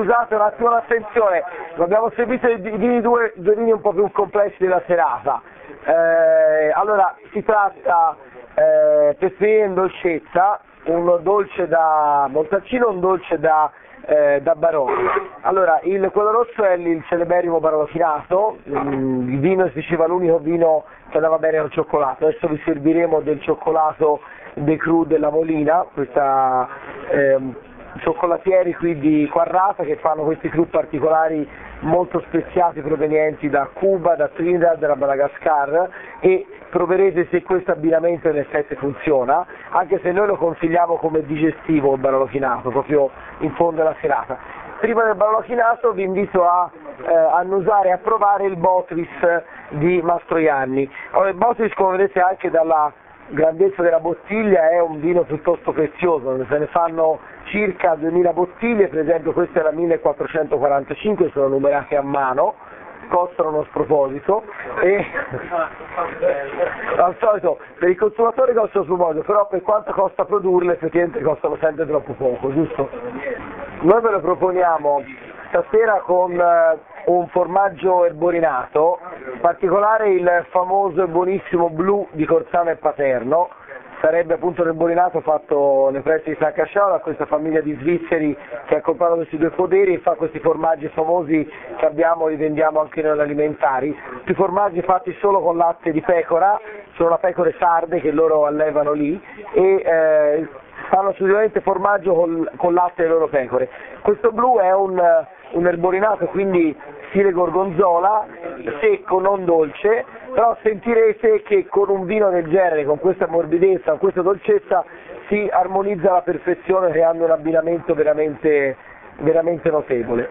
scusate un attimo l'attenzione, abbiamo servito due vini un po' più complessi della serata. Allora, si tratta per finire in dolcezza, un dolce da Montalcino, un dolce da Barolo. Allora, quello rosso è il celeberrimo Barolo Chinato, il vino si diceva l'unico vino che andava bene al cioccolato. Adesso vi serviremo del cioccolato De Cru della Molina, questa cioccolatieri qui di Quarrata che fanno questi cru particolari molto speziati provenienti da Cuba, da Trinidad, da Madagascar, e proverete se questo abbinamento in effetti funziona, anche se noi lo consigliamo come digestivo il Barolo Chinato, proprio in fondo alla serata. Prima del Barolo Chinato vi invito a annusare e a provare il Botris di Mastroianni. Allora, il Botris, come vedete anche dalla grandezza della bottiglia, è un vino piuttosto prezioso, se ne fanno circa 2000 bottiglie, per esempio questa è la 1445, sono numerate a mano, costano uno sproposito e al solito per il consumatore costa uno sproposito, però per quanto costa produrle effettivamente costano sempre troppo poco, giusto? Noi ve lo proponiamo stasera con un formaggio erborinato, in particolare il famoso e buonissimo Blu di Corsano e Paterno, sarebbe appunto l'erborinato fatto nei pressi di San Casciano da questa famiglia di svizzeri che ha comprato questi due poderi e fa questi formaggi famosi che abbiamo e li vendiamo anche noi alimentari, questi formaggi fatti solo con latte di pecora, sono le pecore sarde che loro allevano lì e fanno esclusivamente formaggio con latte delle loro pecore. Questo Blu è un erborinato, quindi stile gorgonzola, secco, non dolce, però sentirete che con un vino del genere, con questa morbidezza, con questa dolcezza, si armonizza alla perfezione creando un abbinamento veramente, veramente notevole.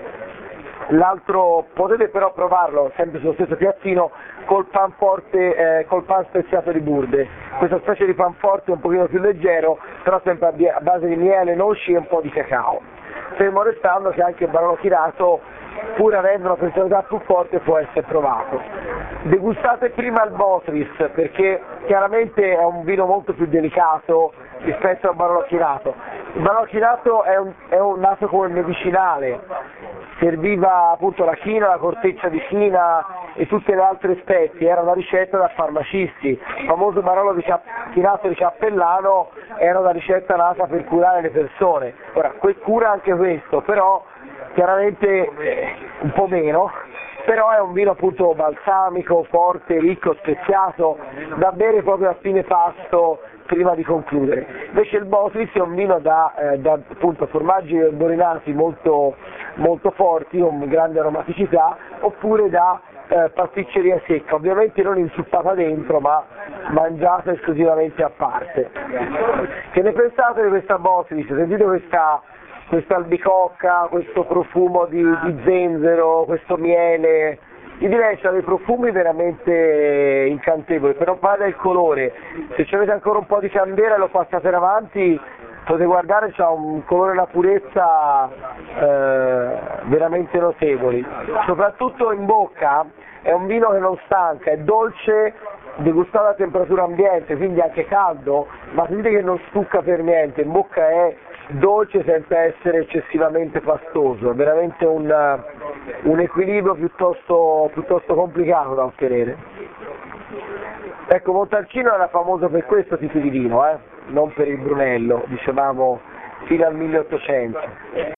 L'altro potete però provarlo sempre sullo stesso piattino col pan forte, col pan speziato di Burde, questa specie di pan forte un pochino più leggero, però sempre a base di miele, noci e un po' di cacao. Fermo restando che anche il Barolo Chinato, pur avendo una personalità più forte, può essere provato. Degustate prima il Botris perché chiaramente è un vino molto più delicato rispetto al Barolo Chinato. Il Barolo Chinato è nato come medicinale, serviva appunto la china, la corteccia di china e tutte le altre spezie, era una ricetta da farmacisti. Il famoso Barolo Chinato di Cappellano era una ricetta nata per curare le persone. Ora, cura anche questo, però chiaramente un po' meno, però è un vino appunto balsamico, forte, ricco, speziato, da bere proprio a fine pasto prima di concludere. Invece il Botris è un vino da appunto formaggi erborinati molto, molto forti, con grande aromaticità, oppure da pasticceria secca, ovviamente non inzuppata dentro ma mangiata esclusivamente a parte. Che ne pensate di questa Botris? Sentite questa albicocca, questo profumo di zenzero, questo miele, io direi che ha dei profumi veramente incantevoli, per non parlare del colore, se ci avete ancora un po' di candela e lo passate avanti, potete guardare, c'ha un colore e una purezza veramente notevoli, soprattutto in bocca è un vino che non stanca, è dolce, degustato a temperatura ambiente, quindi anche caldo, ma sentite che non stucca per niente, in bocca è dolce senza essere eccessivamente pastoso, è veramente un equilibrio piuttosto complicato da ottenere. Ecco, Montalcino era famoso per questo tipo di vino, non per il Brunello, dicevamo fino al 1800.